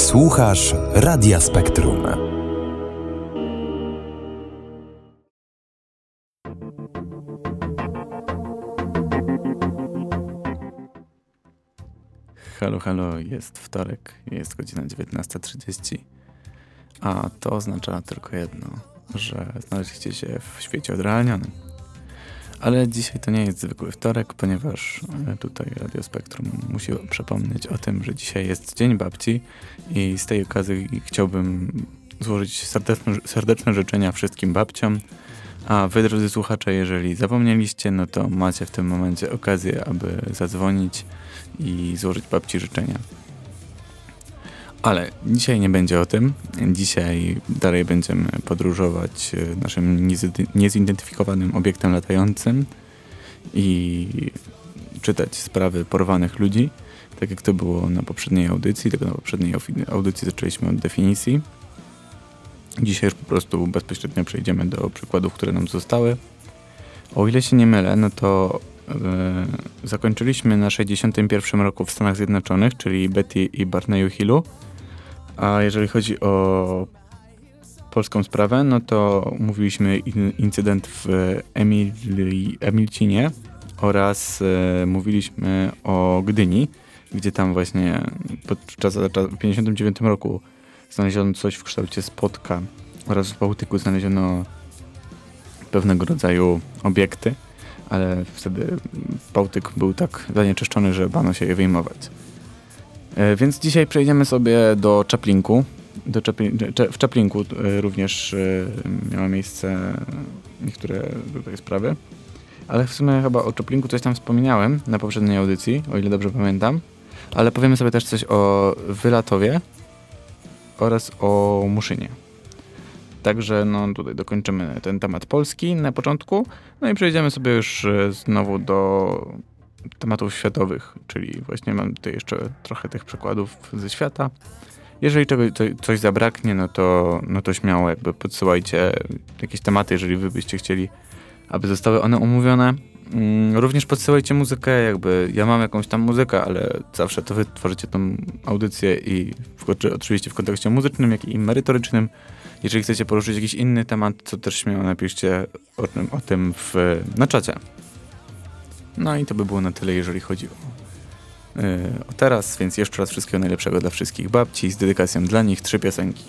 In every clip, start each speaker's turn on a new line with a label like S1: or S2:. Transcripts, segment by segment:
S1: Słuchasz Radia Spektrum.
S2: Halo, halo, jest wtorek, jest godzina 19:30, a to oznacza tylko jedno, że znaleźliście się w świecie odrealnionym. Ale dzisiaj to nie jest zwykły wtorek, ponieważ tutaj Radio Spektrum musi przypomnieć o tym, że dzisiaj jest Dzień Babci i z tej okazji chciałbym złożyć serdeczne życzenia wszystkim babciom, a wy, drodzy słuchacze, jeżeli zapomnieliście, no to macie w tym momencie okazję, aby zadzwonić i złożyć babci życzenia. Ale dzisiaj nie będzie o tym. Dzisiaj dalej będziemy podróżować naszym niezidentyfikowanym obiektem latającym i czytać sprawy porwanych ludzi, tak jak to było na poprzedniej audycji. Tylko na poprzedniej audycji zaczęliśmy od definicji. Dzisiaj już po prostu bezpośrednio przejdziemy do przykładów, które nam zostały. O ile się nie mylę, no to zakończyliśmy na 61 roku w Stanach Zjednoczonych, czyli Betty i Barneyu Hillu. A jeżeli chodzi o polską sprawę, no to mówiliśmy incydent w Emilcinie oraz mówiliśmy o Gdyni, gdzie tam właśnie w 59 roku znaleziono coś w kształcie spotka oraz w Bałtyku znaleziono pewnego rodzaju obiekty, ale wtedy Bałtyk był tak zanieczyszczony, że bano się je wyjmować. Więc dzisiaj przejdziemy sobie do Czaplinku. W Czaplinku również miały miejsce niektóre tutaj sprawy. Ale w sumie chyba o Czaplinku coś tam wspominałem na poprzedniej audycji, o ile dobrze pamiętam. Ale powiemy sobie też coś o Wylatowie oraz o Muszynie. Także no tutaj dokończymy ten temat polski na początku. No i przejdziemy sobie już znowu do tematów światowych, czyli właśnie mam tutaj jeszcze trochę tych przykładów ze świata. Jeżeli coś zabraknie, no to śmiało jakby podsyłajcie jakieś tematy, jeżeli wy byście chcieli, aby zostały one omówione. Również podsyłajcie muzykę, jakby ja mam jakąś tam muzykę, ale zawsze to wy tworzycie tą audycję i oczywiście w kontekście muzycznym, jak i merytorycznym. Jeżeli chcecie poruszyć jakiś inny temat, to też śmiało napiszcie o tym na czacie. No i to by było na tyle, jeżeli chodzi o teraz, więc jeszcze raz wszystkiego najlepszego dla wszystkich babci z dedykacją dla nich 3 piosenki.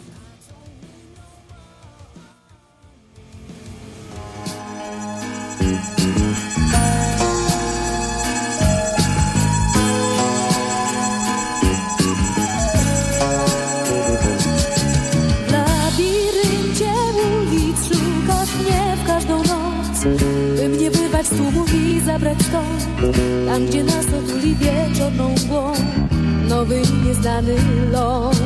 S3: W labiryncie ulic szukasz mnie w każdą noc, by mnie wyrwać z tłumu i zabrać stąd, tam gdzie nas otuli wieczorną mgłą, nowy i nieznany ląd.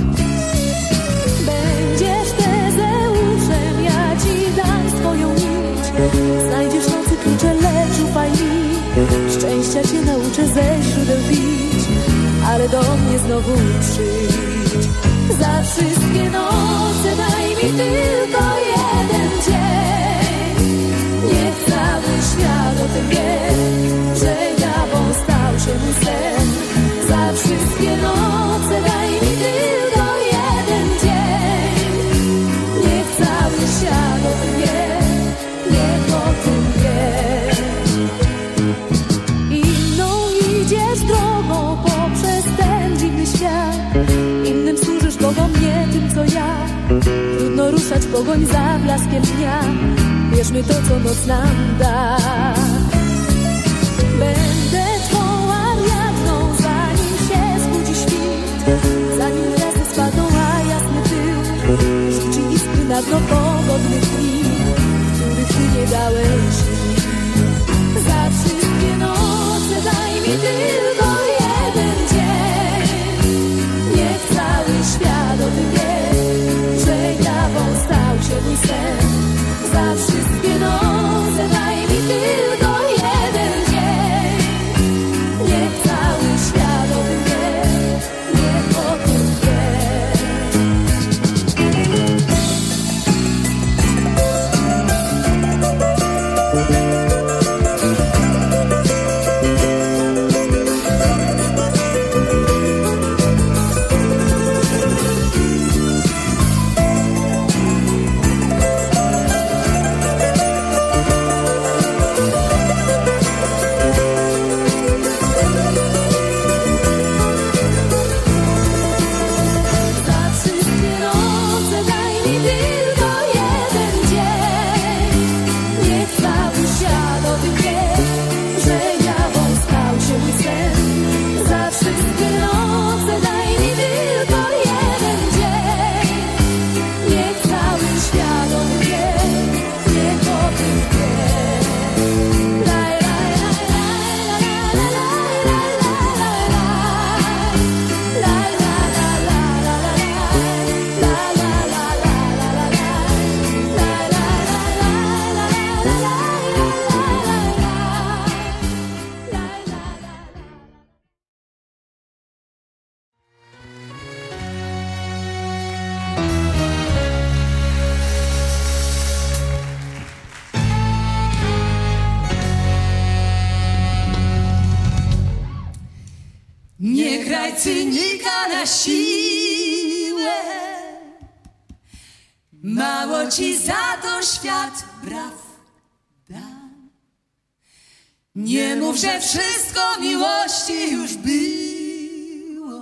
S3: Będziesz Tezeuszem, ja ci dam swoją nić, znajdziesz nocy klucze, lecz ufaj mi, szczęścia cię nauczę ze źródeł pić, ale do mnie znowu przyjdź. Za wszystkie noce daj mi tylko jeden dzień, niech cały świat o tym wie, że jawą stał się mój sen. Za wszystkie noce daj mi tylko jeden dzień, niech cały świat o tym wie, niech o tym wie. Inną idziesz drogą poprzez ten dziwny świat, innym służysz Bogom, nie tym co ja. Trudno ruszać pogoń za blaskiem dnia, wierzmy to, co noc nam da. Będę twą Ariadną, zanim się zbudzi świt, zanim gwiazdy spadną, a jasny pył rzuci iskry na dno pogodnych dni, których ty nie dałeś mi. Za wszystkie noce daj mi tylko jeden dzień, niech cały świat o tym wie, że jawą stał się mój sen. Za wszystkie noce daj mi tylko jeden dzień, niech cały świat o tym wie, niech o tym wie.
S4: Nie graj cynika na siłę, mało ci za to świat braw da. Nie mów, że wszystko miłości już było,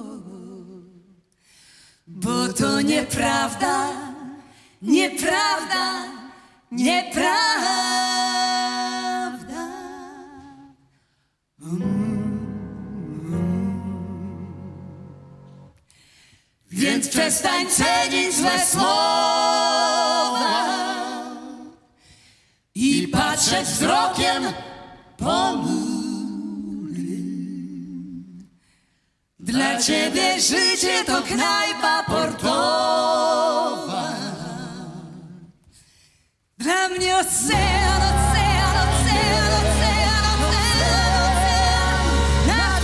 S4: bo to nieprawda, nieprawda, nieprawda. Więc przestań cenić złe słowa i patrzeć wzrokiem ponury. Dla ciebie życie to knajpa portowa, dla mnie ocean, ocean, ocean, ocean, ocean, na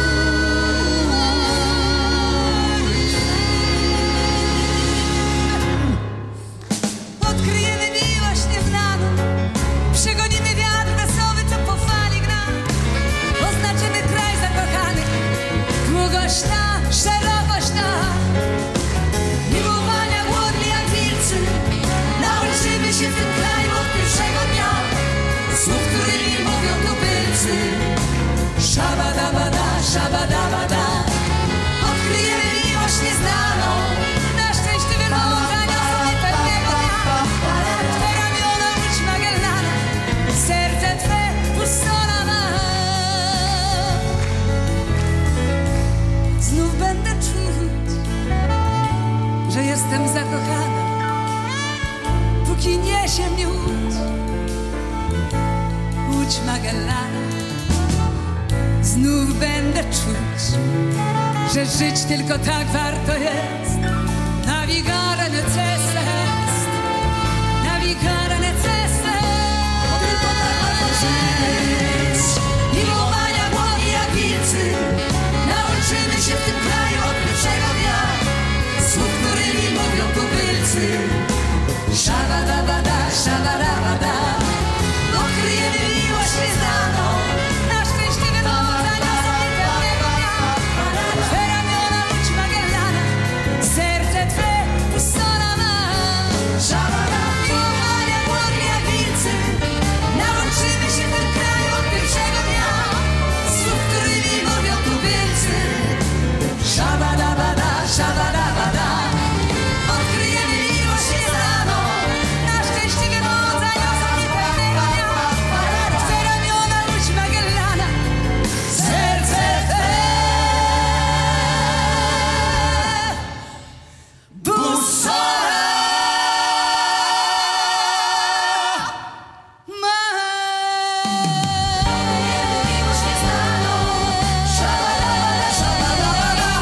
S4: odkryjemy miłość nieznaną, przegonimy wiatr wesoły, co po fali gna. Oznaczymy kraj zakochanych, długość ta, szerokość ta. Miłowania głodni jak wilcy, nauczymy się w tym kraju od pierwszego dnia słów, którymi mówią tubylcy. Szabadabada, szabadabada. Odkryjemy miłość nieznaną, na szczęśliwy los zaniosą pewnego dnia. Twe ramiona łódź Magellana, serce twe pustola ma. Znów będę czuć, że jestem zakochana, póki niesie mnie łódź Magellana. Znów będę czuć, że żyć tylko tak warto jest. Navigare necessest, navigare necessest. Tylko tak warto żyć. Miłowania głodni jak wilcy, nauczymy się w tym kraju od pierwszego dnia słów, którymi mówią tubylcy. Szabadabada, szabadabada. Odkryjemy miłość nieznaną, na szczęśliwy los zaniosą pewnego dnia. Twe ramiona łódź Magellana, serce twe pustola ma. Miłowania głodni jak wilcy, nauczymy się w tym kraju od pierwszego dnia słów, którymi mówią tubylcy. Szabadabada, szabadabada. Odkryjemy miłość nieznaną, na szczęśliwy los zaniosą pewnego dnia. Twe ramiona łódź Magellana, serce twe bussola ma. Miłość nieznaną, szabadabada, szabadabada.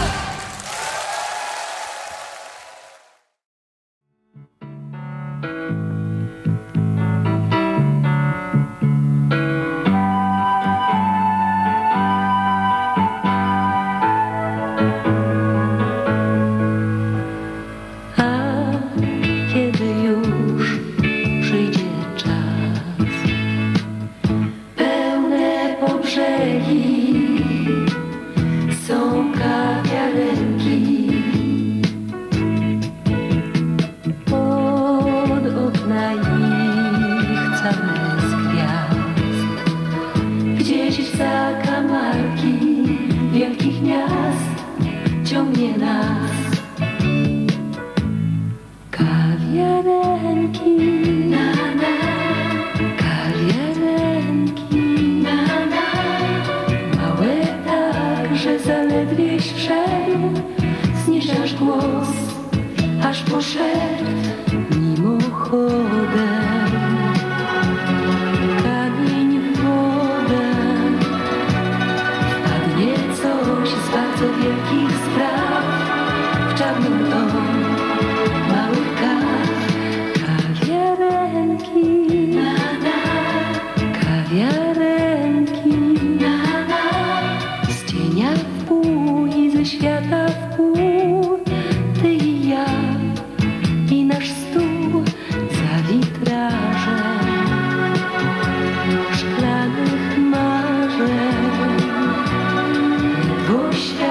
S3: A kiedy już przyjdzie czas, pełne po brzegi są kawiarenki, pod okna ich całe z gwiazd, gdzieś z zakamarki wielkich miast ciągnie nas. Kawiarenki, na na, kawiarenki, na na, małe tak, że zaledwieś wszedł, zniesiesz głos, aż poszedł mimochodem. Kamień w wodę, wpadnie coś z bardzo wielkich spraw w czarnym domu. Małych kaw, kawiarenki, na na, kawiarenki, na na, z cienia w pół i ze świata w pół, ty i ja i nasz stół za witrażem szklanych marzeń. Ledwo się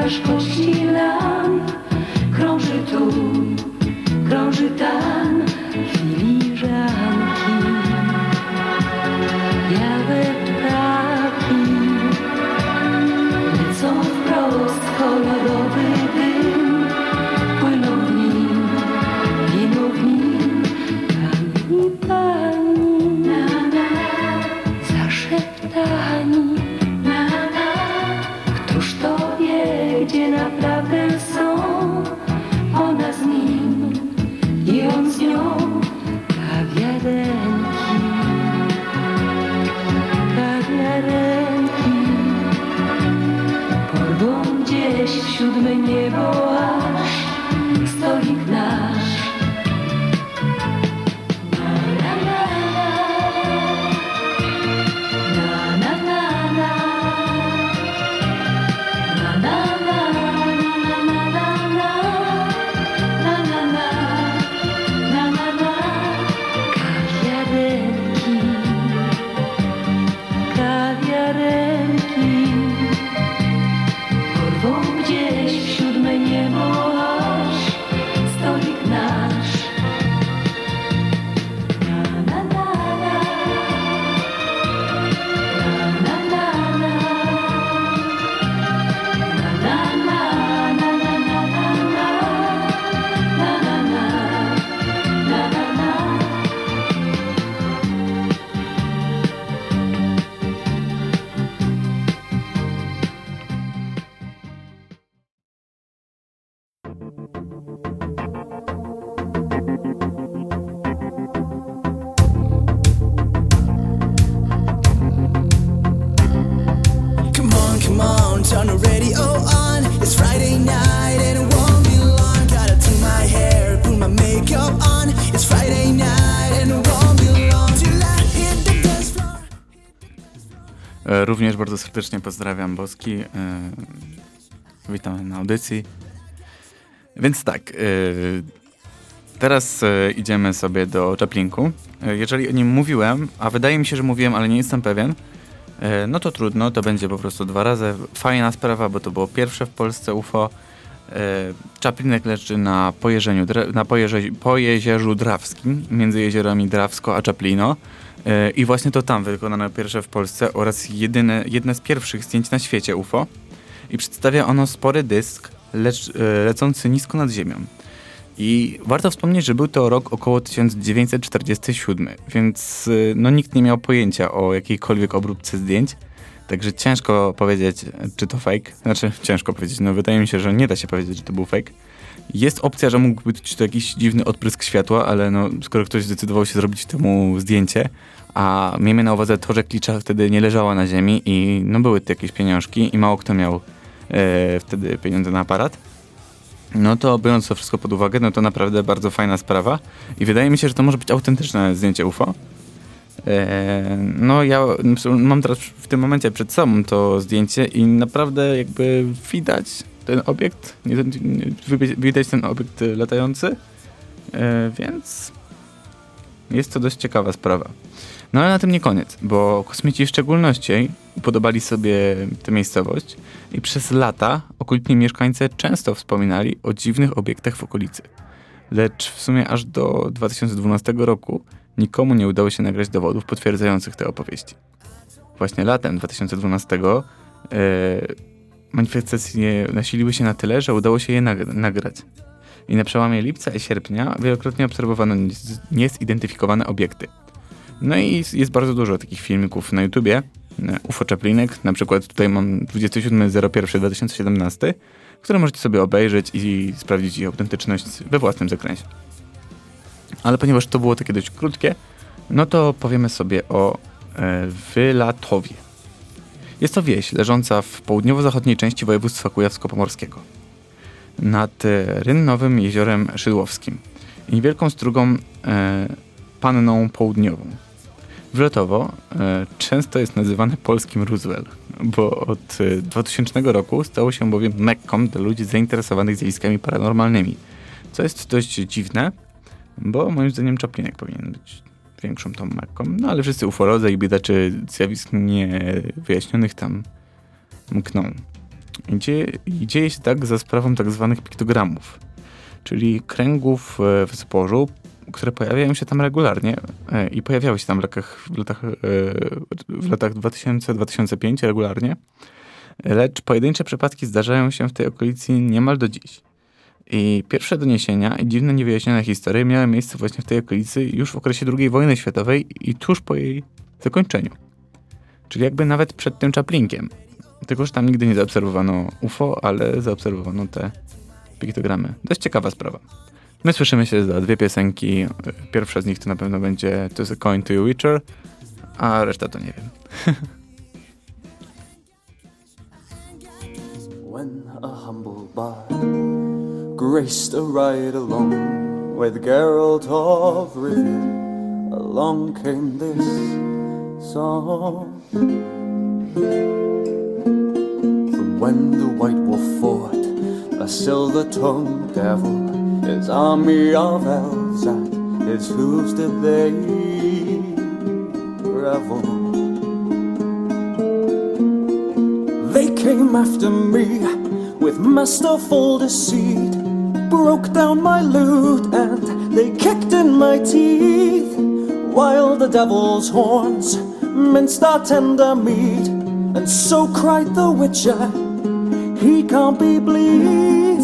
S3: ciężkości lamp. Krąży tu, krąży tam filiżanki. Białe ptaki lecą wprost, kolorowy dym. Płyną w nim, giną w nim pani, zaszeptani. Któż to wie, gdzie naprawdę są? Ona z nim i on z nią. Kawiarenki, kawiarenki porwą gdzieś w siódme niebo, aż stolik nasz. Na, na, na, na, na, na, na, na, gdzieś w siódme niebo, aż stolik nasz. Na, na, na, na. Na, na, na, na. Na, na, na, na, na, na, na. Na, na, na. Na, na, na.
S5: Come on, turn the radio on. It's Friday night and it won't be long. Gotta do my hair, put my makeup on. It's Friday night and it won't be long till I hit the dance floor.
S2: Również bardzo serdecznie pozdrawiam Boski. Witam na audycji. Więc tak, teraz idziemy sobie do Chaplinku. Jeżeli o nim mówiłem, a wydaje mi się, że mówiłem, ale nie jestem pewien, no to trudno, to będzie po prostu 2 razy. Fajna sprawa, bo to było pierwsze w Polsce UFO. Chaplinek leży na Pojezierzu Drawskim, między jeziorami Drawsko a Chaplino. I właśnie to tam wykonano pierwsze w Polsce oraz jedne z pierwszych zdjęć na świecie UFO. I przedstawia ono spory dysk lecący nisko nad ziemią. I warto wspomnieć, że był to rok około 1947, więc no, nikt nie miał pojęcia o jakiejkolwiek obróbce zdjęć, także ciężko powiedzieć, czy to fake. Znaczy, ciężko powiedzieć, no wydaje mi się, że nie da się powiedzieć, że to był fake. Jest opcja, że mógł być to jakiś dziwny odprysk światła, ale no, skoro ktoś zdecydował się zrobić temu zdjęcie, a miejmy na uwadze to, że klicza wtedy nie leżała na ziemi i no, były to jakieś pieniążki i mało kto miał wtedy pieniądze na aparat, no to biorąc to wszystko pod uwagę, no to naprawdę bardzo fajna sprawa i wydaje mi się, że to może być autentyczne zdjęcie UFO. No ja mam teraz w tym momencie przed sobą to zdjęcie i naprawdę jakby widać ten obiekt, widać ten obiekt latający, więc jest to dość ciekawa sprawa. No ale na tym nie koniec, bo kosmici w szczególności podobali sobie tę miejscowość i przez lata okoliczni mieszkańcy często wspominali o dziwnych obiektach w okolicy. Lecz w sumie aż do 2012 roku nikomu nie udało się nagrać dowodów potwierdzających te opowieści. Właśnie latem 2012 manifestacje nasiliły się na tyle, że udało się je nagrać. I na przełomie lipca i sierpnia wielokrotnie obserwowano niezidentyfikowane obiekty. No i jest bardzo dużo takich filmików na YouTubie. UFO Chaplinek, na przykład tutaj mam 27.01.2017, które możecie sobie obejrzeć i sprawdzić ich autentyczność we własnym zakresie. Ale ponieważ to było takie dość krótkie, no to powiemy sobie o Wylatowie. Jest to wieś leżąca w południowo-zachodniej części województwa kujawsko-pomorskiego, nad rynnowym jeziorem Szydłowskim i niewielką strugą Panną Południową. Wylatowo często jest nazywane polskim Roosevelt, bo od 2000 roku stało się bowiem Mekką dla ludzi zainteresowanych zjawiskami paranormalnymi, co jest dość dziwne, bo moim zdaniem Chaplinek powinien być większą tą Mekką, no ale wszyscy ufolodzy i biedaczy zjawisk niewyjaśnionych tam mkną. Dzieje się tak za sprawą tak zwanych piktogramów, czyli kręgów w zbożu, które pojawiają się tam regularnie i pojawiały się tam w latach 2000-2005 regularnie, lecz pojedyncze przypadki zdarzają się w tej okolicy niemal do dziś. I pierwsze doniesienia i dziwne niewyjaśnione historie miały miejsce właśnie w tej okolicy już w okresie II wojny światowej i tuż po jej zakończeniu. Czyli jakby nawet przed tym Chaplinkiem. Tylko że tam nigdy nie zaobserwowano UFO, ale zaobserwowano te piktogramy. Dość ciekawa sprawa. My słyszymy się za 2 piosenki. Pierwsza z nich to na pewno będzie To is a Coin to Your Witcher, a reszta to nie wiem.
S6: When a humble bard graced a ride along with Geralt of Rivia, along came this song. From when the White Wolf fought a silver-tongued devil, his army of elves at his hooves did they revel. They came after me with masterful deceit, broke down my lute and they kicked in my teeth, while the devil's horns minced our tender meat. And so cried the Witcher, he can't be bleed.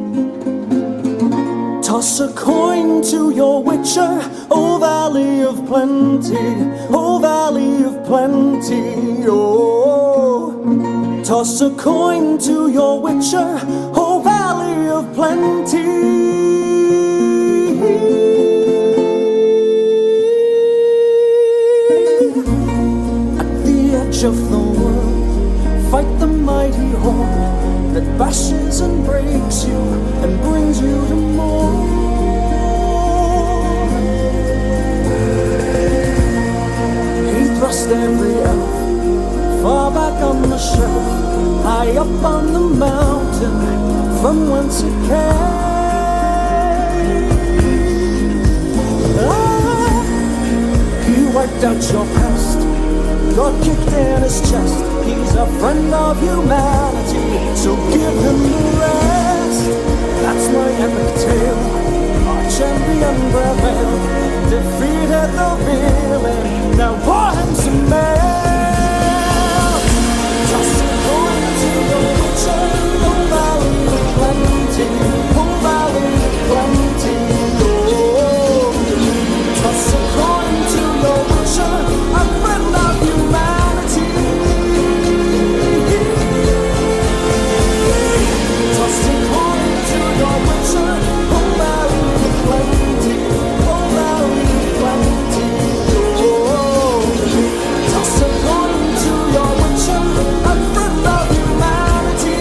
S6: Toss a coin to your Witcher, O Valley of Plenty, O Valley of Plenty, oh. Toss a coin to your Witcher, O Valley of Plenty. Of the world, fight the mighty horde that bashes and breaks you and brings you to more. He thrust every elf far back on the shelf, high up on the mountain from whence it came. He wiped out your past, got kicked in his chest. He's a friend of humanity, so give him the rest. That's my epic tale. Our champion prevailed, defeated the villain. Now pour him some mail. Toss a coin to the Witcher, O Valley of Plenty, O Valley of Plenty, oh. Toss a coin to your Witcher, a friend of humanity. Toss a coin to your Witcher, O Valley of Plenty, O Valley of Plenty, oh. Toss a coin to your Witcher, a friend of humanity.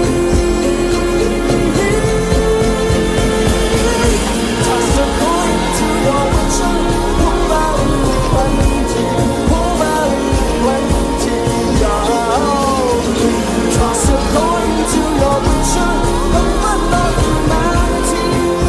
S6: Toss a coin to your Witcher, O Valley of Plenty, O Valley of Plenty, oh. Toss a coin to your Witcher, a friend of humanity.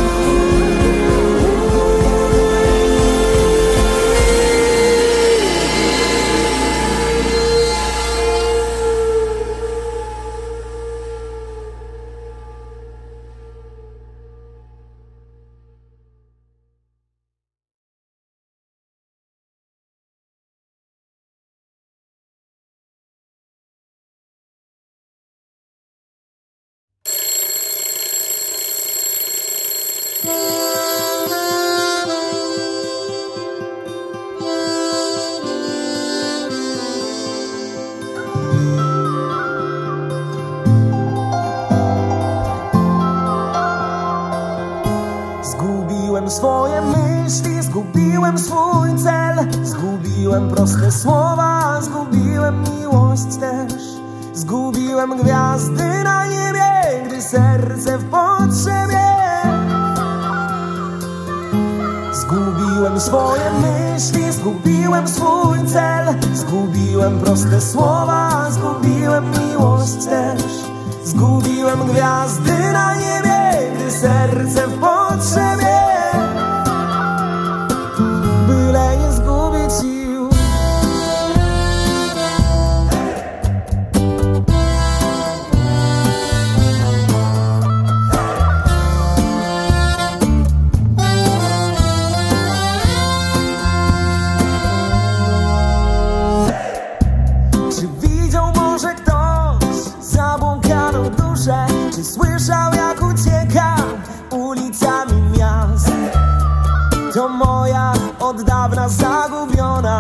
S5: Zgubiłem swoje myśli, zgubiłem swój cel, zgubiłem proste słowa, zgubiłem miłość też. Zgubiłem gwiazdy na niebie, gdy serce w potrzebie. Zgubiłem swoje myśli, zgubiłem swój cel, zgubiłem proste słowa, zgubiłem miłość też. Zgubiłem gwiazdy na niebie, gdy serce w potrzebie. Byle nie zgubić sił.
S6: Czy słyszał, jak uciekam ulicami miast? To moja od dawna zagubiona.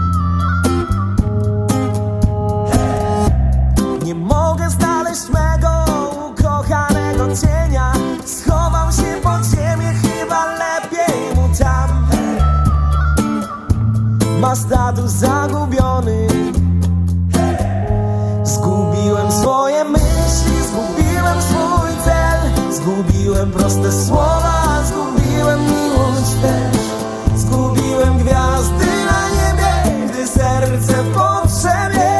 S6: Nie mogę znaleźć mego ukochanego cienia. Schował się pod ziemię, chyba lepiej mu tam. Ma status zagubiony. Zgubiłem swoje myśli, zgubiłem swój cel. Zgubiłem proste słowa, zgubiłem miłość też. Zgubiłem gwiazdy na niebie, gdy serce w potrzebie.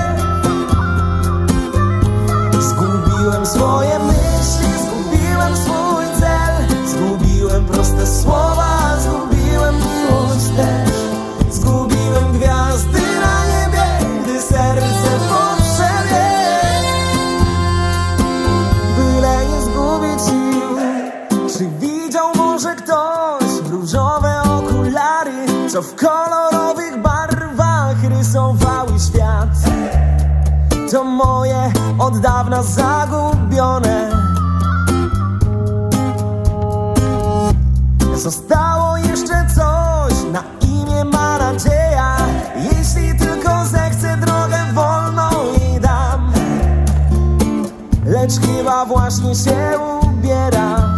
S6: Zgubiłem swoje myśli, zgubiłem swój cel. Zgubiłem proste słowa, zgubiłem miłość też. Zgubiłem gwiazdy na niebie, gdy serce w potrzebie. Byle nie zgubić sił. Czy widział może ktoś różowe okulary, co w kolorowych barwach rysowały świat? To moje od dawna zagubione. Zostało jeszcze coś, na imię ma nadzieja. Jeśli tylko zechce, drogę wolną jej dam. Lecz chyba właśnie się ubiera.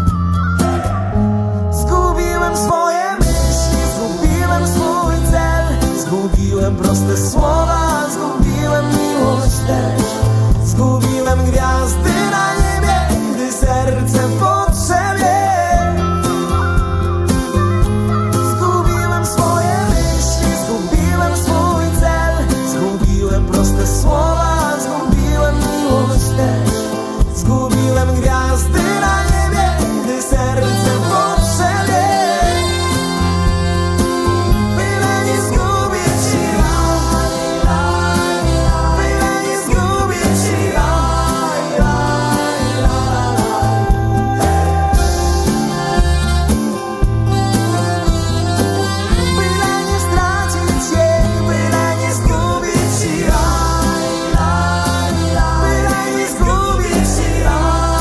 S6: Zgubiłem swoje myśli, zgubiłem swój cel. Zgubiłem proste słowa, zgubiłem miłość też. Zgubiłem gwiazdy na niebie, gdy serce w potrzebie. Zgubiłem swoje myśli, zgubiłem swój cel. Zgubiłem proste słowa, zgubiłem miłość też. Zgubiłem gwiazdy na niebie, gdy serce w potrzebie. Byle nie zgubić się, byle nie zgubić się. Byle nie stracić jej, byle nie zgubić się. Byle nie zgubić się.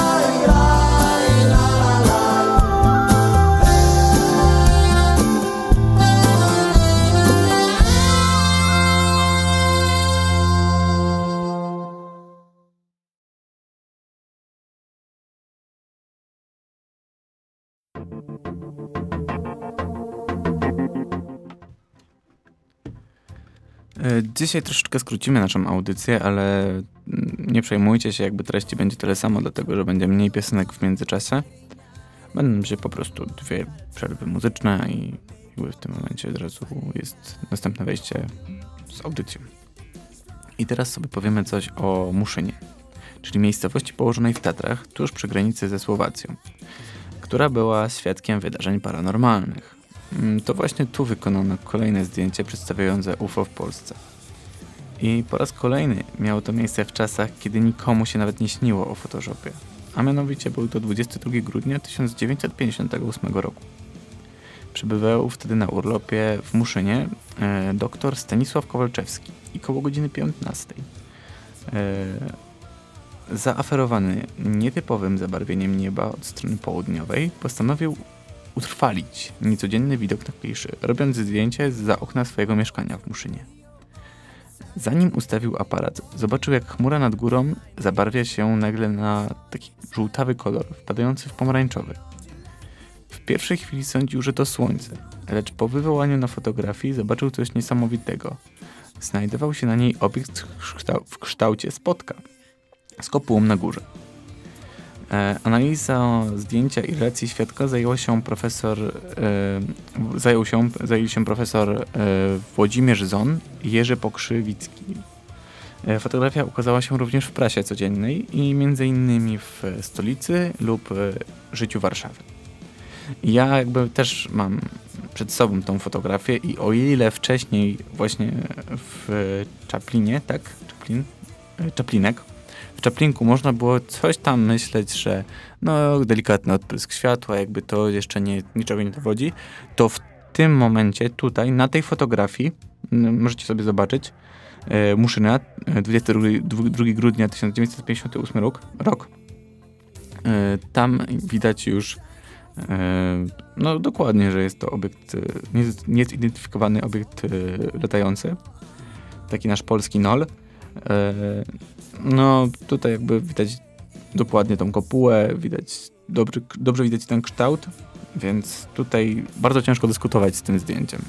S2: Dzisiaj troszeczkę skrócimy naszą audycję, ale nie przejmujcie się, jakby treści będzie tyle samo, dlatego że będzie mniej piosenek w międzyczasie. Będą się po prostu 2 przerwy muzyczne i jakby w tym momencie od razu jest następne wejście z audycją. I teraz sobie powiemy coś o Muszynie, czyli miejscowości położonej w Tatrach, tuż przy granicy ze Słowacją, która była świadkiem wydarzeń paranormalnych. To właśnie tu wykonano kolejne zdjęcie przedstawiające UFO w Polsce. I po raz kolejny miało to miejsce w czasach, kiedy nikomu się nawet nie śniło o Photoshopie. A mianowicie był to 22 grudnia 1958 roku. Przybywał wtedy na urlopie w Muszynie dr Stanisław Kowalczewski i koło godziny 15. Zaaferowany nietypowym zabarwieniem nieba od strony południowej postanowił utrwalić niecodzienny widok takiejszy, robiąc zdjęcie zza okna swojego mieszkania w Muszynie. Zanim ustawił aparat, zobaczył, jak chmura nad górą zabarwia się nagle na taki żółtawy kolor, wpadający w pomarańczowy. W pierwszej chwili sądził, że to słońce, lecz po wywołaniu na fotografii zobaczył coś niesamowitego. Znajdował się na niej obiekt w kształcie spotka z kopułą na górze. Analiza zdjęcia i relacji świadka zajęli się profesor Włodzimierz Zon i Jerzy Pokrzywicki. Fotografia ukazała się również w prasie codziennej i m.in. w Stolicy lub Życiu Warszawy. Ja jakby też mam przed sobą tą fotografię i o ile wcześniej właśnie w Czaplinie, tak? Czaplinek. W Czaplinku można było coś tam myśleć, że no delikatny odprysk światła, jakby to jeszcze niczego nie dowodzi, to w tym momencie tutaj, na tej fotografii, możecie sobie zobaczyć, Muszyna, 22 grudnia 1958 rok, tam widać już no dokładnie, że jest to obiekt, niezidentyfikowany obiekt latający. Taki nasz polski NOL. No tutaj jakby widać dokładnie tą kopułę, widać dobrze widać ten kształt, więc tutaj bardzo ciężko dyskutować z tym zdjęciem.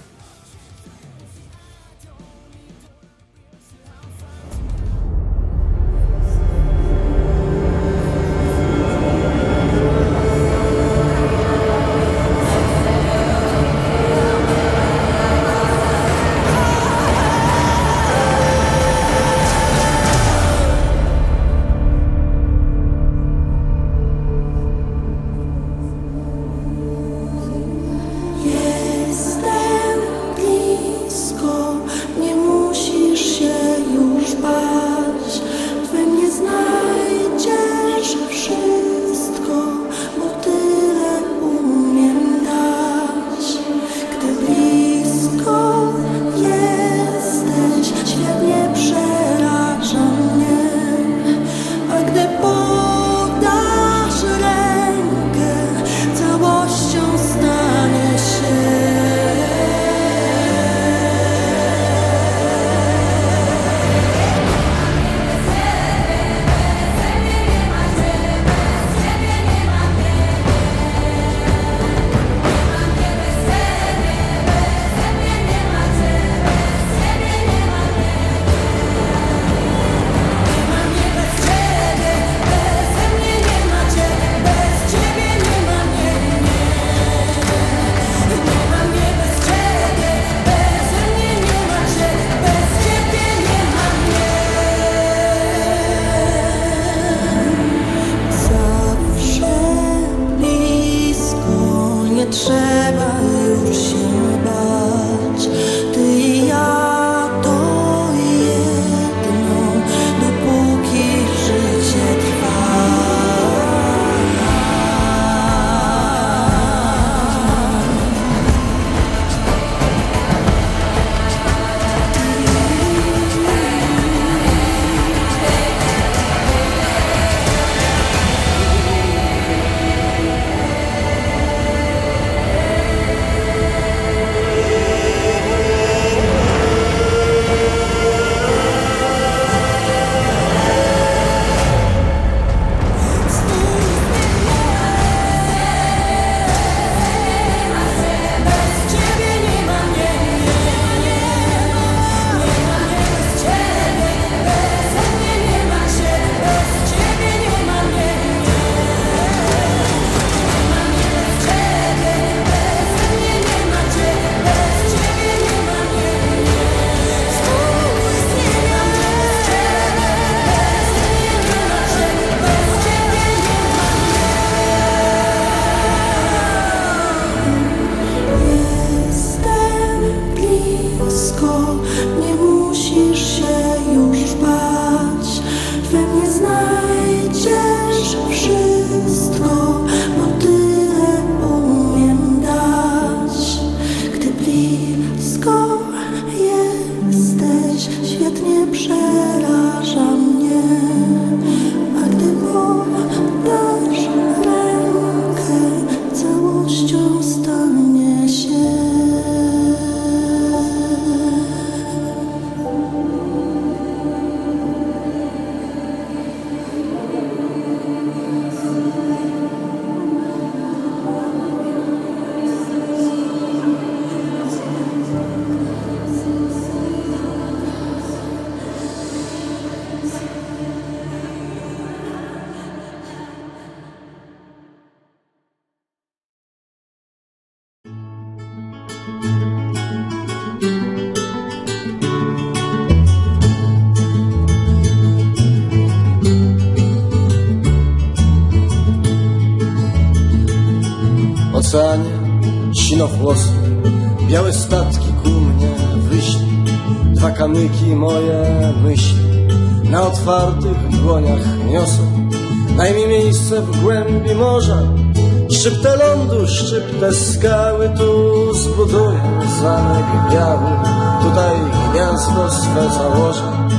S7: oceanie sinowłosy, białe statki ku mnie wyślij, dwa kamyki moje myśli na otwartych dłoniach niosą. Daj mi miejsce w głębi morza, szczyptę lądu, szczyptę skały, tu zbuduję zamek biały, tutaj gniazdo swe założę.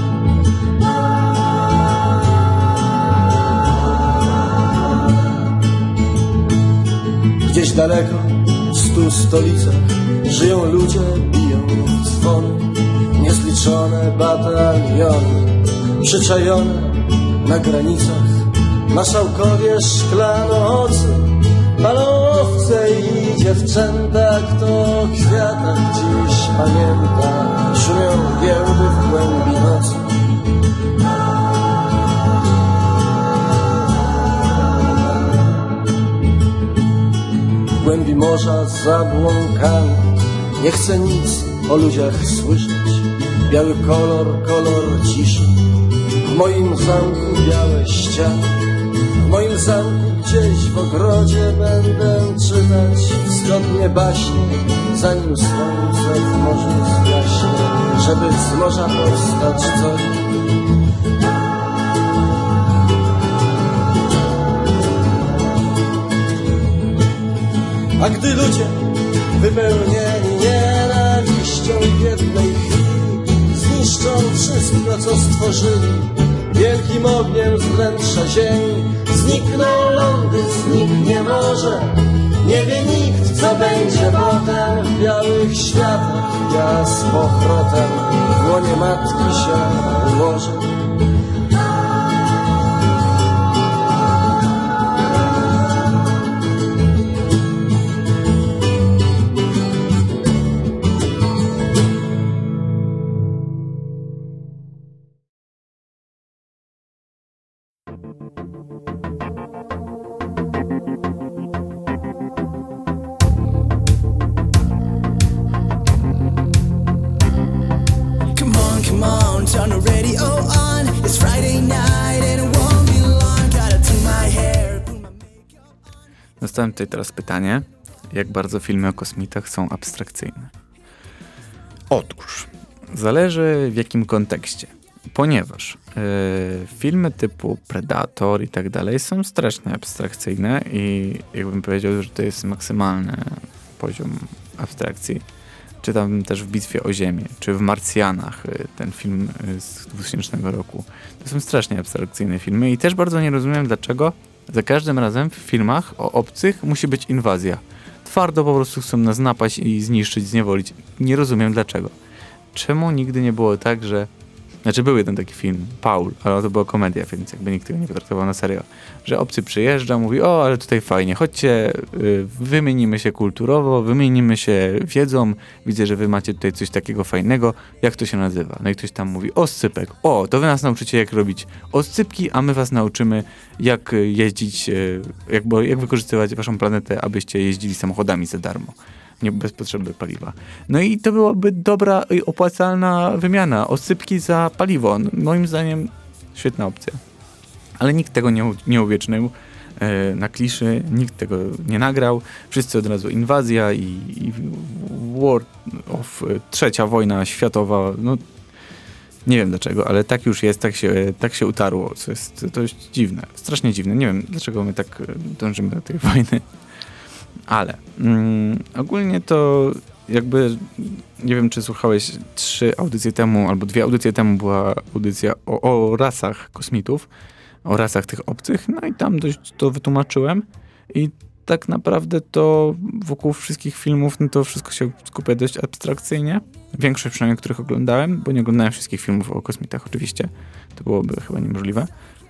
S7: daleko, w 100 stolicach żyją ludzie, biją w dzwony. Niezliczone bataliony przyczajone na granicach. Marszałkowie szklanocy palą owce i dziewczęta. Kto o kwiatach dziś pamięta, szumią giełdy w głębi nocy. W głębi morza zabłąkany nie chcę nic o ludziach słyszeć. Biały kolor, kolor ciszy. W moim zamku białe ściany. W moim zamku gdzieś w ogrodzie będę czytać wschodnie baśnie, zanim słońce w morzu zgaśnie, żeby z morza powstać coś. A gdy ludzie wypełnieni nienawiścią w jednej chwili zniszczą wszystko, co stworzyli, wielkim ogniem z wnętrza ziemi znikną lądy, zniknie morze. Nie wie nikt, co będzie potem w białych światach. Ja z powrotem w łonie matki się ułożę.
S5: Turn the radio on. It's Friday night and it won't be long. Gotta do my hair, put my makeup on.
S2: Dostałem tutaj teraz pytanie, jak bardzo filmy o kosmitach są abstrakcyjne. Otóż, zależy w jakim kontekście, ponieważ filmy typu Predator i tak dalej są strasznie abstrakcyjne i jakbym powiedział, że to jest maksymalny poziom abstrakcji. Czy tam też w Bitwie o Ziemię, czy w Marsjanach, ten film z 2000 roku. To są strasznie abstrakcyjne filmy i też bardzo nie rozumiem, dlaczego za każdym razem w filmach o obcych musi być inwazja. Twardo po prostu chcą nas napaść i zniszczyć, zniewolić. Nie rozumiem dlaczego. Czemu nigdy nie było tak, że... Znaczy był jeden taki film, Paul, ale to była komedia, więc jakby nikt tego nie potraktował na serio. Że obcy przyjeżdża, mówi, o, ale tutaj fajnie, chodźcie, wymienimy się kulturowo, wymienimy się wiedzą, widzę, że wy macie tutaj coś takiego fajnego, jak to się nazywa? No i ktoś tam mówi, oscypek, o, to wy nas nauczycie, jak robić oscypki, a my was nauczymy, jak jeździć, jak wykorzystywać waszą planetę, abyście jeździli samochodami za darmo. Nie bez potrzeby paliwa. No i to byłaby dobra i opłacalna wymiana. Oscypki za paliwo. Moim zdaniem świetna opcja. Ale nikt tego nie uwiecznił na kliszy, nikt tego nie nagrał. Wszyscy od razu inwazja i War of trzecia wojna światowa. No, nie wiem dlaczego, ale tak już jest, tak się utarło. Co jest dość dziwne. Strasznie dziwne. Nie wiem, dlaczego my tak dążymy do tej wojny. Ale ogólnie to jakby, nie wiem czy słuchałeś 3 audycje temu, albo 2 audycje temu była audycja o rasach kosmitów, o rasach tych obcych, no i tam dość to wytłumaczyłem i tak naprawdę to wokół wszystkich filmów, no to wszystko się skupia dość abstrakcyjnie. Większość przynajmniej, których oglądałem, bo nie oglądałem wszystkich filmów o kosmitach oczywiście, to byłoby chyba niemożliwe.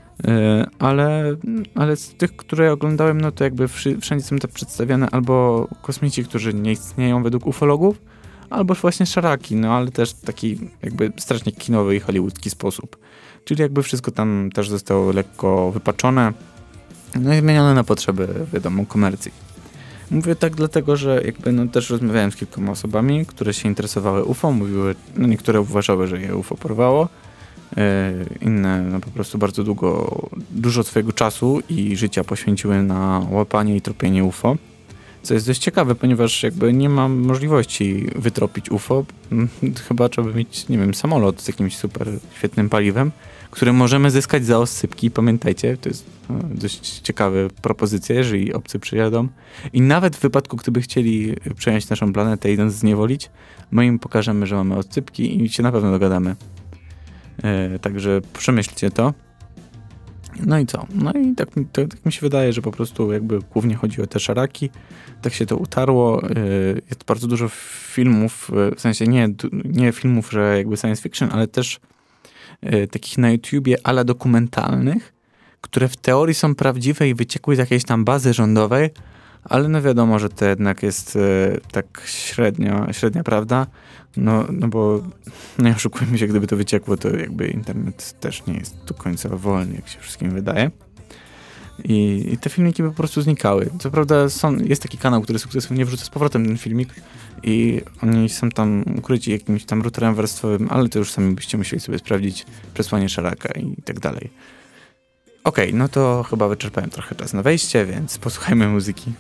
S2: Ale z tych, które oglądałem, no to jakby wszędzie są te przedstawiane albo kosmici, którzy nie istnieją według ufologów, albo właśnie szaraki, no ale też taki jakby strasznie kinowy i hollywoodzki sposób. Czyli jakby wszystko tam też zostało lekko wypaczone, no i zmienione na potrzeby, wiadomo, komercji. Mówię tak dlatego, że jakby no też rozmawiałem z kilkoma osobami, które się interesowały UFO, mówiły, no niektóre uważały, że je UFO porwało, inne no po prostu bardzo dużo swojego czasu i życia poświęciły na łapanie i tropienie UFO, co jest dość ciekawe, ponieważ jakby nie mam możliwości wytropić UFO, chyba trzeba mieć, nie wiem, samolot z jakimś super świetnym paliwem, które możemy zyskać za oscypki. Pamiętajcie, to jest dość ciekawa propozycja, jeżeli obcy przyjadą i nawet w wypadku, gdyby chcieli przejąć naszą planetę i nas zniewolić, my im pokażemy, że mamy oscypki i się na pewno dogadamy. Także przemyślcie to. No i co? No i tak mi się wydaje, że po prostu jakby głównie chodzi o te szaraki. Tak się to utarło. Jest bardzo dużo filmów, w sensie nie filmów, że jakby science fiction, ale też takich na YouTubie ale dokumentalnych, które w teorii są prawdziwe i wyciekły z jakiejś tam bazy rządowej, ale no wiadomo, że to jednak jest tak średnia prawda. No bo nie oszukujmy się, gdyby to wyciekło, to jakby internet też nie jest do końca wolny, jak się wszystkim wydaje. I te filmiki po prostu znikały. Co prawda jest taki kanał, który sukcesywnie wrzuca z powrotem ten filmik i oni są tam ukryci jakimś tam routerem warstwowym, ale to już sami byście musieli sobie sprawdzić przesłanie szaraka i tak dalej. Okej, no to chyba wyczerpałem trochę czas na wejście, więc posłuchajmy muzyki.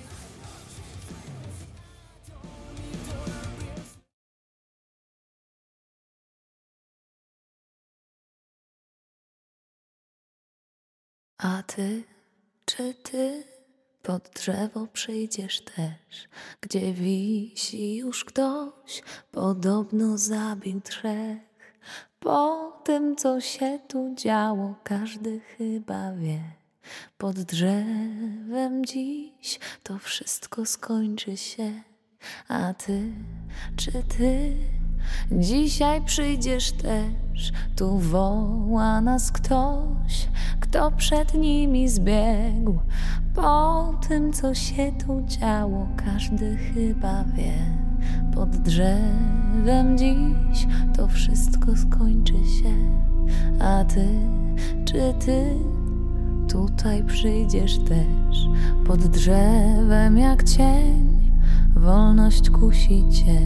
S3: A ty, czy ty pod drzewo przyjdziesz też, gdzie wisi już ktoś, podobno zabił 3. Po tym, co się tu działo, każdy chyba wie. Pod drzewem dziś to wszystko skończy się. A ty, czy ty dzisiaj przyjdziesz też? Tu woła nas ktoś, kto przed nimi zbiegł. Po tym, co się tu działo, każdy chyba wie. Pod drzewem dziś to wszystko skończy się. A ty, czy ty tutaj przyjdziesz też? Pod drzewem jak cień wolność kusi cię.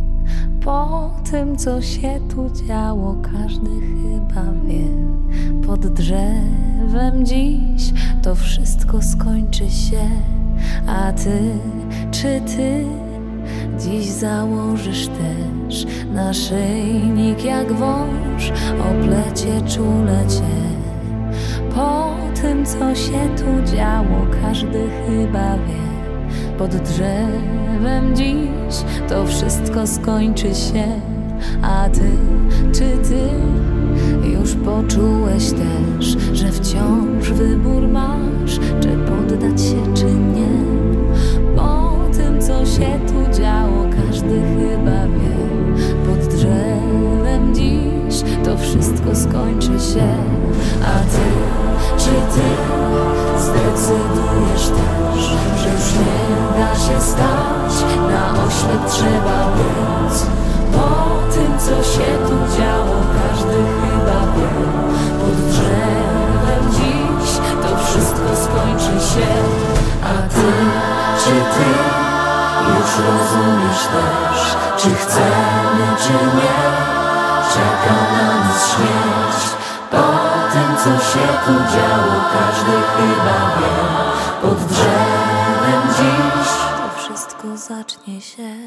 S3: Po tym, co się tu działo, każdy chyba wie. Pod drzewem dziś to wszystko skończy się. A ty, czy ty dziś założysz też naszyjnik jak wąż, oplecie czule cię. Po tym, co się tu działo, każdy chyba wie. Pod drzewem dziś to wszystko skończy się. A ty, czy ty już poczułeś też, że wciąż wybór masz, czy poddać się, czy nie? Po tym, co się tu działo, każdy chyba wie. Pod drzewem dziś to wszystko skończy się. A ty, czy ty zdecydujesz też, że już nie da się stać, na oślep trzeba być. Po tym, co się tu działo, każdy chyba wie. Pod drzewem dziś to wszystko skończy się. A ty, czy ty już rozumiesz też, czy chcemy, czy nie? Czeka na nas śmierć. Po tym, co się tu działo, każdy chyba wie. Pod drzewem dziś to wszystko zacznie się.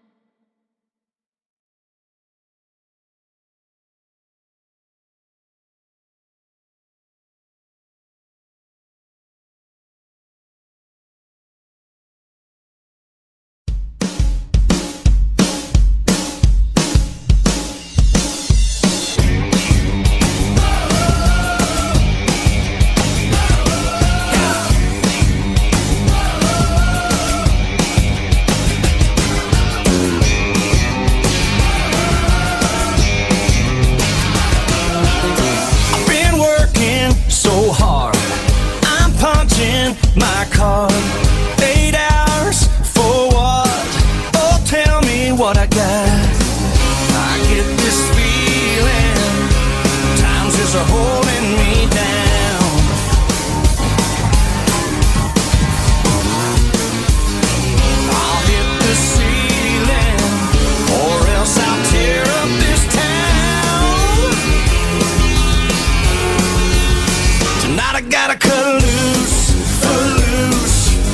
S8: My card, 8 hours for what? Oh, tell me what I got. I get this feeling times is holding me down. I'll hit the ceiling or else I'll tear up this town. Tonight I gotta cut loose.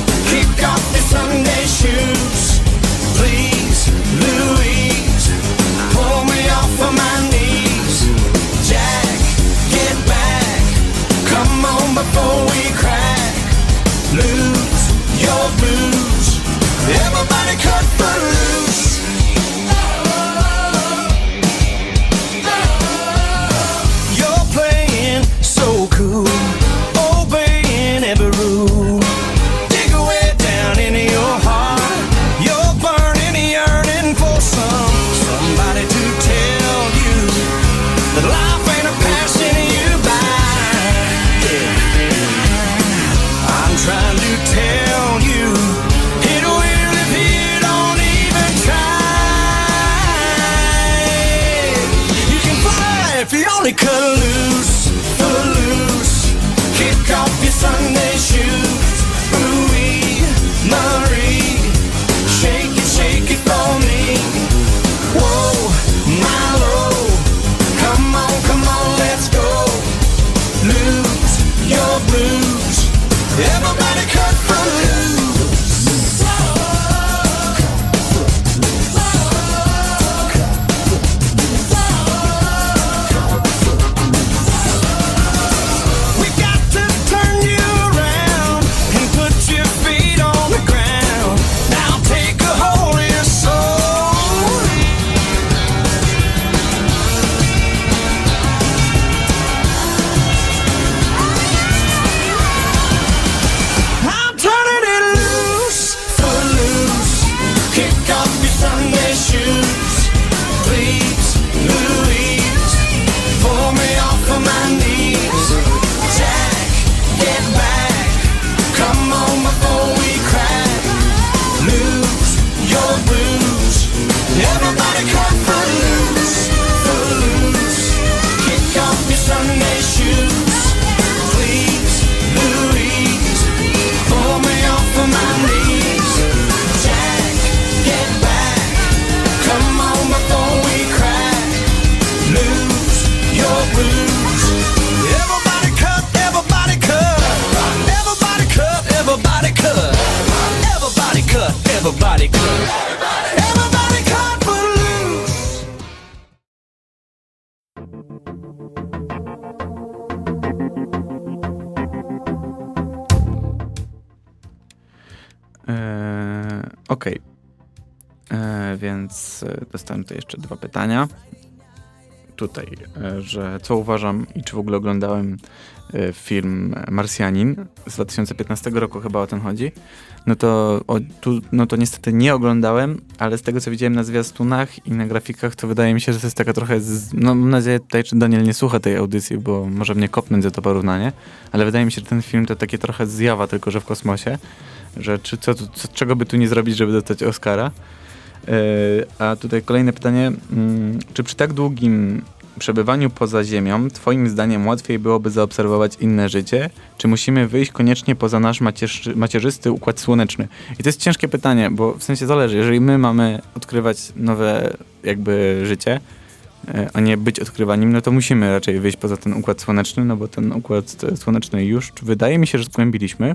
S8: tell you it will if you don't even try. You can fly if you only cut loose, footloose. Kick off your Sunday shoes. Louis Marie, shake it for me. Whoa, my low. Come on, let's go. Lose your blues. Everybody cut for loose. We got to turn you around and put your feet on the ground. Now take a hold of your soul. I'm turning it loose, footloose. Kick off your Sunday shoes. Please, Louise, pull me off of my knees. Jack, get back. Come on before we crack. Lose your blues. Everybody cut for loose, footloose. Kick off your Sunday shoes. Please, Louise, pull me off of my knees. Jack, get back. Come on before we crack. Lose your blues. Everybody cut, everybody cut. Everybody cut, everybody cut. Everybody cut, everybody cut. Everybody cut for loose.
S2: Okej. Więc dostałem tutaj jeszcze 2 pytania. Tutaj, że co uważam i czy w ogóle oglądałem film Marsjanin z 2015 roku, chyba o ten chodzi. No to niestety nie oglądałem, ale z tego co widziałem na zwiastunach i na grafikach, to wydaje mi się, że to jest taka trochę mam nadzieję tutaj, czy Daniel nie słucha tej audycji, bo może mnie kopnąć za to porównanie, ale wydaje mi się, że ten film to takie trochę zjawa, tylko że w kosmosie, że czego by tu nie zrobić, żeby dostać Oscara. A tutaj kolejne pytanie, czy przy tak długim przebywaniu poza Ziemią twoim zdaniem łatwiej byłoby zaobserwować inne życie, czy musimy wyjść koniecznie poza nasz macierzysty układ słoneczny? I to jest ciężkie pytanie, bo w sensie zależy, jeżeli my mamy odkrywać nowe jakby życie, a nie być odkrywaniem, no to musimy raczej wyjść poza ten układ słoneczny, no bo ten układ słoneczny już wydaje mi się, że zgłębiliśmy.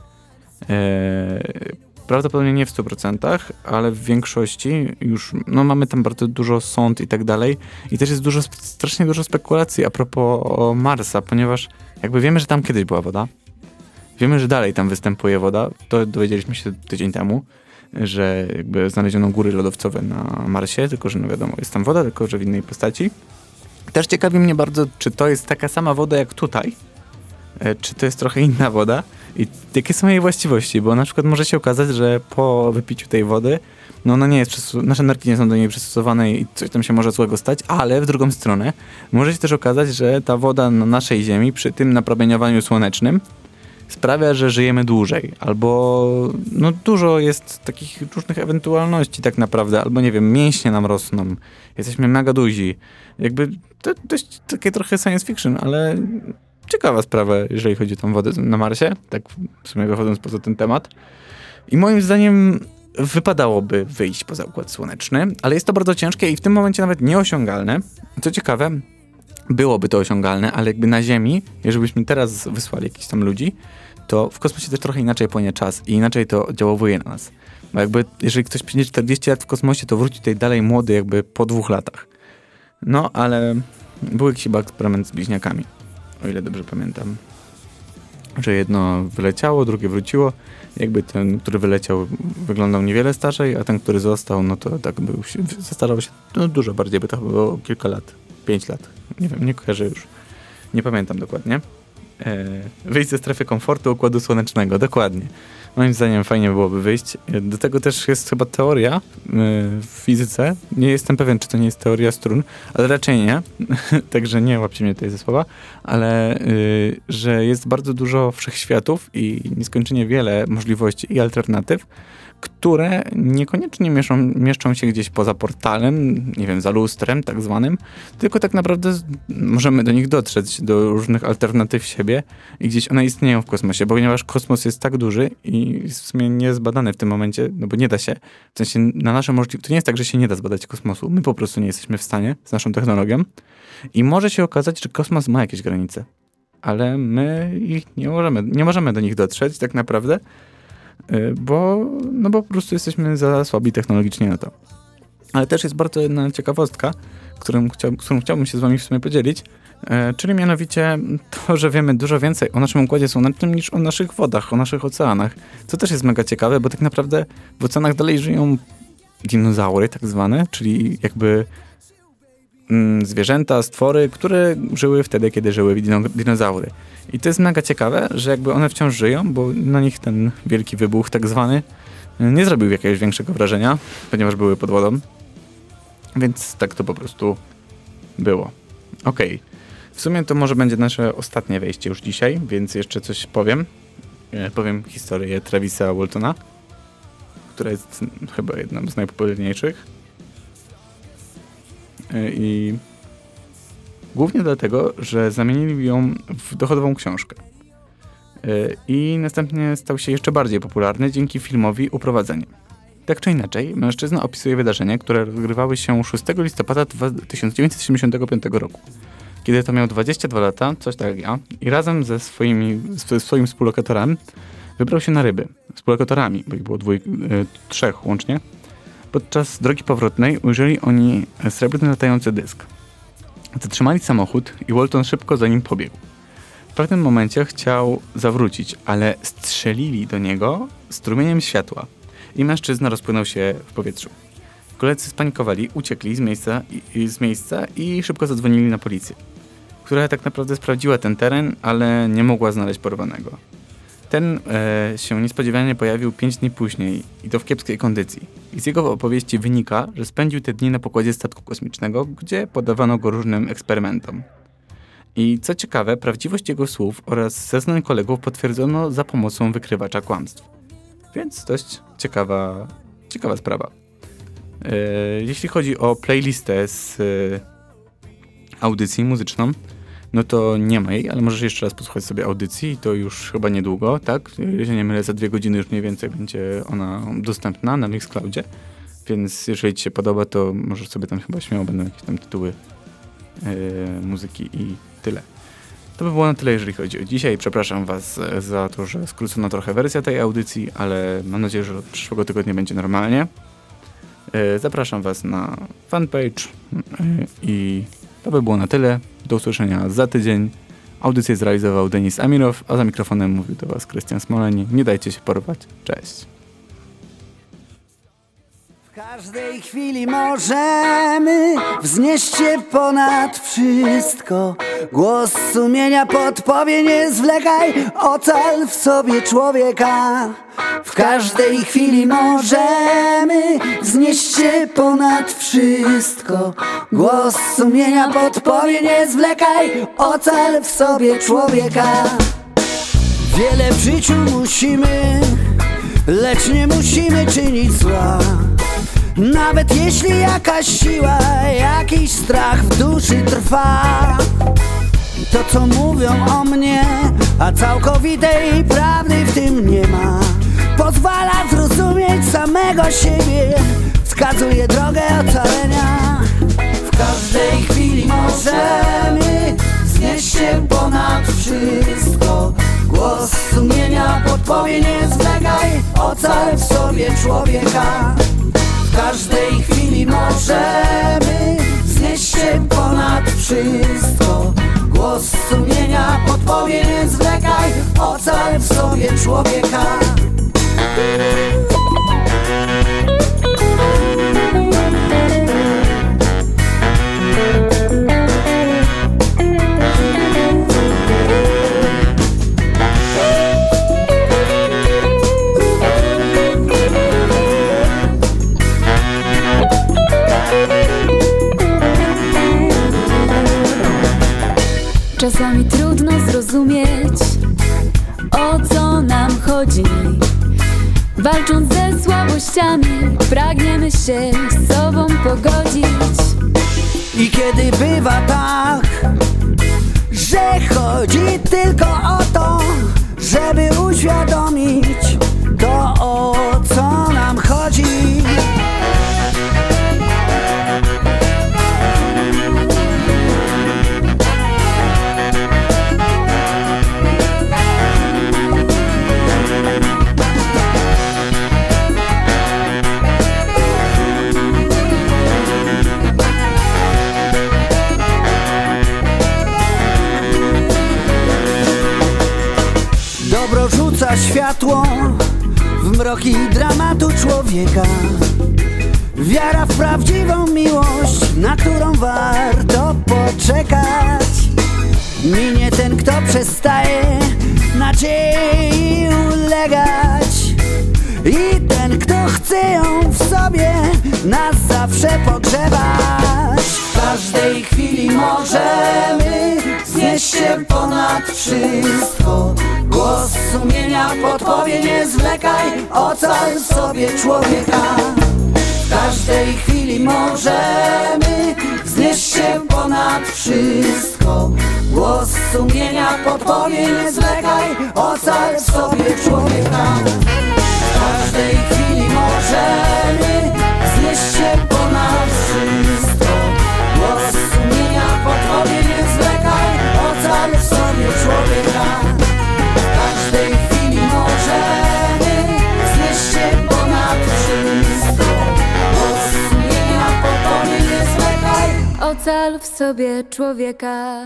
S2: Prawdopodobnie nie w 100%, ale w większości już mamy tam bardzo dużo sąd i tak dalej. I też jest strasznie dużo spekulacji a propos Marsa, ponieważ jakby wiemy, że tam kiedyś była woda. Wiemy, że dalej tam występuje woda. To dowiedzieliśmy się tydzień temu, że jakby znaleziono góry lodowcowe na Marsie, tylko że no wiadomo, jest tam woda, tylko że w innej postaci. Też ciekawi mnie bardzo, czy to jest taka sama woda jak tutaj, czy to jest trochę inna woda i jakie są jej właściwości, bo na przykład może się okazać, że po wypiciu tej wody, no ona nie jest nasze nerki nie są do niej przystosowane i coś tam się może złego stać, ale w drugą stronę może się też okazać, że ta woda na naszej Ziemi przy tym napromieniowaniu słonecznym sprawia, że żyjemy dłużej, albo no dużo jest takich różnych ewentualności tak naprawdę, albo nie wiem, mięśnie nam rosną, jesteśmy mega duzi. Jakby to dość takie trochę science fiction, ale ciekawa sprawa, jeżeli chodzi o tą wodę na Marsie, tak w sumie wychodząc poza ten temat. I moim zdaniem wypadałoby wyjść poza układ słoneczny, ale jest to bardzo ciężkie i w tym momencie nawet nieosiągalne. Co ciekawe, byłoby to osiągalne, ale jakby na Ziemi, jeżeli byśmy teraz wysłali jakichś tam ludzi, to w kosmosie też trochę inaczej płynie czas i inaczej to oddziałuje na nas. Bo jakby, jeżeli ktoś będzie 40 lat w kosmosie, to wróci tutaj dalej młody jakby po 2 latach. No, ale był jakiś chyba eksperyment z bliźniakami, o ile dobrze pamiętam. Że jedno wyleciało, drugie wróciło. Jakby ten, który wyleciał, wyglądał niewiele starzej, a ten, który został, no to tak był, zestarzał się dużo bardziej, by to było kilka lat, 5 lat. Nie wiem, nie kojarzę już. Nie pamiętam dokładnie. Wyjść ze strefy komfortu układu słonecznego, dokładnie. Moim zdaniem fajnie byłoby wyjść. Do tego też jest chyba teoria w fizyce. Nie jestem pewien, czy to nie jest teoria strun, ale raczej nie. Także nie łapcie mnie tutaj ze słowa. Ale że jest bardzo dużo wszechświatów i nieskończenie wiele możliwości i alternatyw, które niekoniecznie mieszczą się gdzieś poza portalem, nie wiem, za lustrem tak zwanym, tylko tak naprawdę możemy do nich dotrzeć, do różnych alternatyw siebie i gdzieś one istnieją w kosmosie, ponieważ kosmos jest tak duży i w sumie niezbadany w tym momencie, no bo nie da się, w sensie na nasze możliwości, to nie jest tak, że się nie da zbadać kosmosu, my po prostu nie jesteśmy w stanie z naszą technologią i może się okazać, że kosmos ma jakieś granice, ale my ich nie możemy do nich dotrzeć tak naprawdę, bo po prostu jesteśmy za słabi technologicznie na to. Ale też jest bardzo jedna ciekawostka, którą chciałbym się z wami w sumie podzielić, czyli mianowicie to, że wiemy dużo więcej o naszym Układzie Słonecznym niż o naszych wodach, o naszych oceanach. Co też jest mega ciekawe, bo tak naprawdę w oceanach dalej żyją dinozaury tak zwane, czyli jakby zwierzęta, stwory, które żyły wtedy, kiedy żyły dinozaury. I to jest mega ciekawe, że jakby one wciąż żyją, bo na nich ten wielki wybuch tak zwany nie zrobił jakiegoś większego wrażenia, ponieważ były pod wodą. Więc tak to po prostu było. Okej. W sumie to może będzie nasze ostatnie wejście już dzisiaj, więc jeszcze coś powiem. Powiem historię Travisa Waltona, która jest chyba jedną z najpopularniejszych. I głównie dlatego, że zamienili ją w dochodową książkę. I następnie stał się jeszcze bardziej popularny dzięki filmowi Uprowadzenie. Tak czy inaczej, mężczyzna opisuje wydarzenia, które rozgrywały się 6 listopada 1975 roku. Kiedy to miał 22 lata, coś tak jak ja, i razem ze swoim współlokatorem wybrał się na ryby. Współlokatorami, bo ich było trzech łącznie. Podczas drogi powrotnej ujrzeli oni srebrny latający dysk. Zatrzymali samochód i Walton szybko za nim pobiegł. W pewnym momencie chciał zawrócić, ale strzelili do niego strumieniem światła i mężczyzna rozpłynął się w powietrzu. Koledzy spanikowali, uciekli z miejsca i szybko zadzwonili na policję, która tak naprawdę sprawdziła ten teren, ale nie mogła znaleźć porwanego. Ten się niespodziewanie pojawił 5 dni później i to w kiepskiej kondycji. I z jego opowieści wynika, że spędził te dni na pokładzie statku kosmicznego, gdzie poddawano go różnym eksperymentom. I co ciekawe, prawdziwość jego słów oraz zeznań kolegów potwierdzono za pomocą wykrywacza kłamstw. Więc dość ciekawa sprawa. Jeśli chodzi o playlistę z audycji muzyczną, no to nie ma jej, ale możesz jeszcze raz posłuchać sobie audycji i to już chyba niedługo, tak? Jeżeli nie mylę, za 2 godziny już mniej więcej będzie ona dostępna na Mixcloudzie, więc jeżeli ci się podoba, to możesz sobie tam chyba śmiało będą jakieś tam tytuły muzyki i tyle. To by było na tyle, jeżeli chodzi o dzisiaj. Przepraszam was za to, że skrócono trochę wersja tej audycji, ale mam nadzieję, że od przyszłego tygodnia będzie normalnie. Zapraszam was na fanpage i to by było na tyle. Do usłyszenia za tydzień. Audycję zrealizował Denis Amirow, a za mikrofonem mówił do was Krystian Smoleń. Nie dajcie się porwać. Cześć.
S9: W każdej chwili możemy wznieść się ponad wszystko. Głos sumienia podpowie, nie zwlekaj, ocal w sobie człowieka. W każdej chwili możemy wznieść się ponad wszystko. Głos sumienia podpowie, nie zwlekaj, ocal w sobie człowieka. Wiele w życiu musimy, lecz nie musimy czynić zła. Nawet jeśli jakaś siła, jakiś strach w duszy trwa. To co mówią o mnie, a całkowitej prawdy w tym nie ma. Pozwala zrozumieć samego siebie, wskazuje drogę ocalenia. W każdej chwili możemy wznieść się ponad wszystko. Głos sumienia podpowie, nie zwlekaj, ocal w sobie człowieka. W każdej chwili możemy wznieść się ponad wszystko. Głos sumienia podpowie, nie zwlekaj, ocal w sobie człowieka.
S3: Czasami trudno zrozumieć, o co nam chodzi. Walcząc ze słabościami, pragniemy się z sobą pogodzić.
S9: I kiedy bywa tak, że chodzi tylko o to, żeby uświadomić to, o co nam chodzi. Dobro rzuca światło w mroki dramatu człowieka. Wiara w prawdziwą miłość, na którą warto poczekać. Minie ten, kto przestaje nadziei ulegać, i ten, kto chce ją w sobie na zawsze pogrzebać. W każdej chwili możemy znieść się ponad wszystko. Głos sumienia podpowie, nie zwlekaj, ocal sobie człowieka. W każdej chwili możemy wznieść się ponad wszystko. Głos sumienia podpowie, nie zwlekaj, ocal sobie człowieka. W każdej chwili możemy wznieść się ponad wszystko. Głos sumienia podpowie, nie zwlekaj, ocal sobie człowieka. W każdej chwili możemy wznieść się ponad wszystko. Głos sumienia podpowie, nie zwlekaj,
S3: Ocal w sobie człowieka.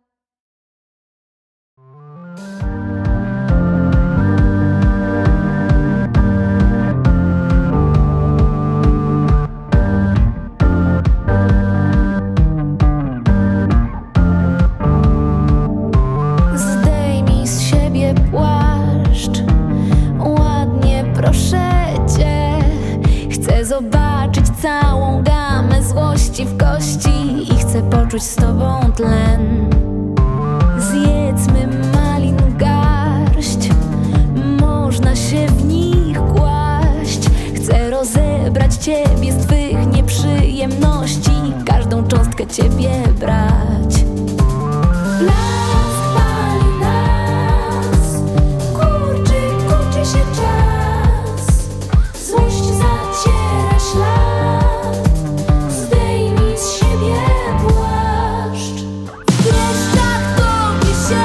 S3: Zdejmij z siebie płaszcz, ładnie proszę cię. Chcę zobaczyć całą gamę złości w kości i chcę poczuć z tobą tlen. Zjedzmy malin garść, można się w nich kłaść. Chcę rozebrać ciebie z twych nieprzyjemności, każdą cząstkę ciebie brać. Blask pali nas, kurczy się czas. Złość zaciera ślad, zdejmij z siebie płaszcz. W dreszczach topi się,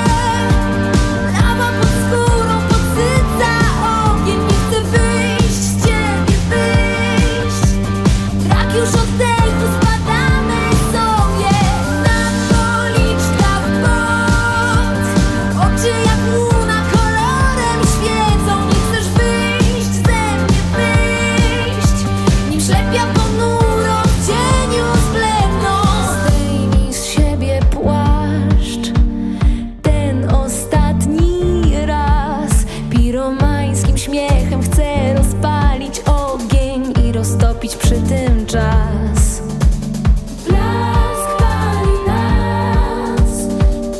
S3: lawa pod skórą podsyca ogień. Nie chcę wyjść z ciebie, wyjść. Brak już oddechu, spadamy sobie na policzkach pot. Oczy jak łuna kolorem świecą. Nie chcesz wyjść ze mnie, wyjść. Nim ślepia ponuro w cieniu zbledną. Zdejmij z siebie płaszcz, ten ostatni raz. Piromańskim śmiechem chcę rozpalić ogień i roztopić przy tym czas. Blask pali nas,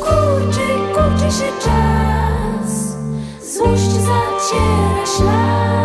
S3: kurczy się czas. Złość zaciera ślad.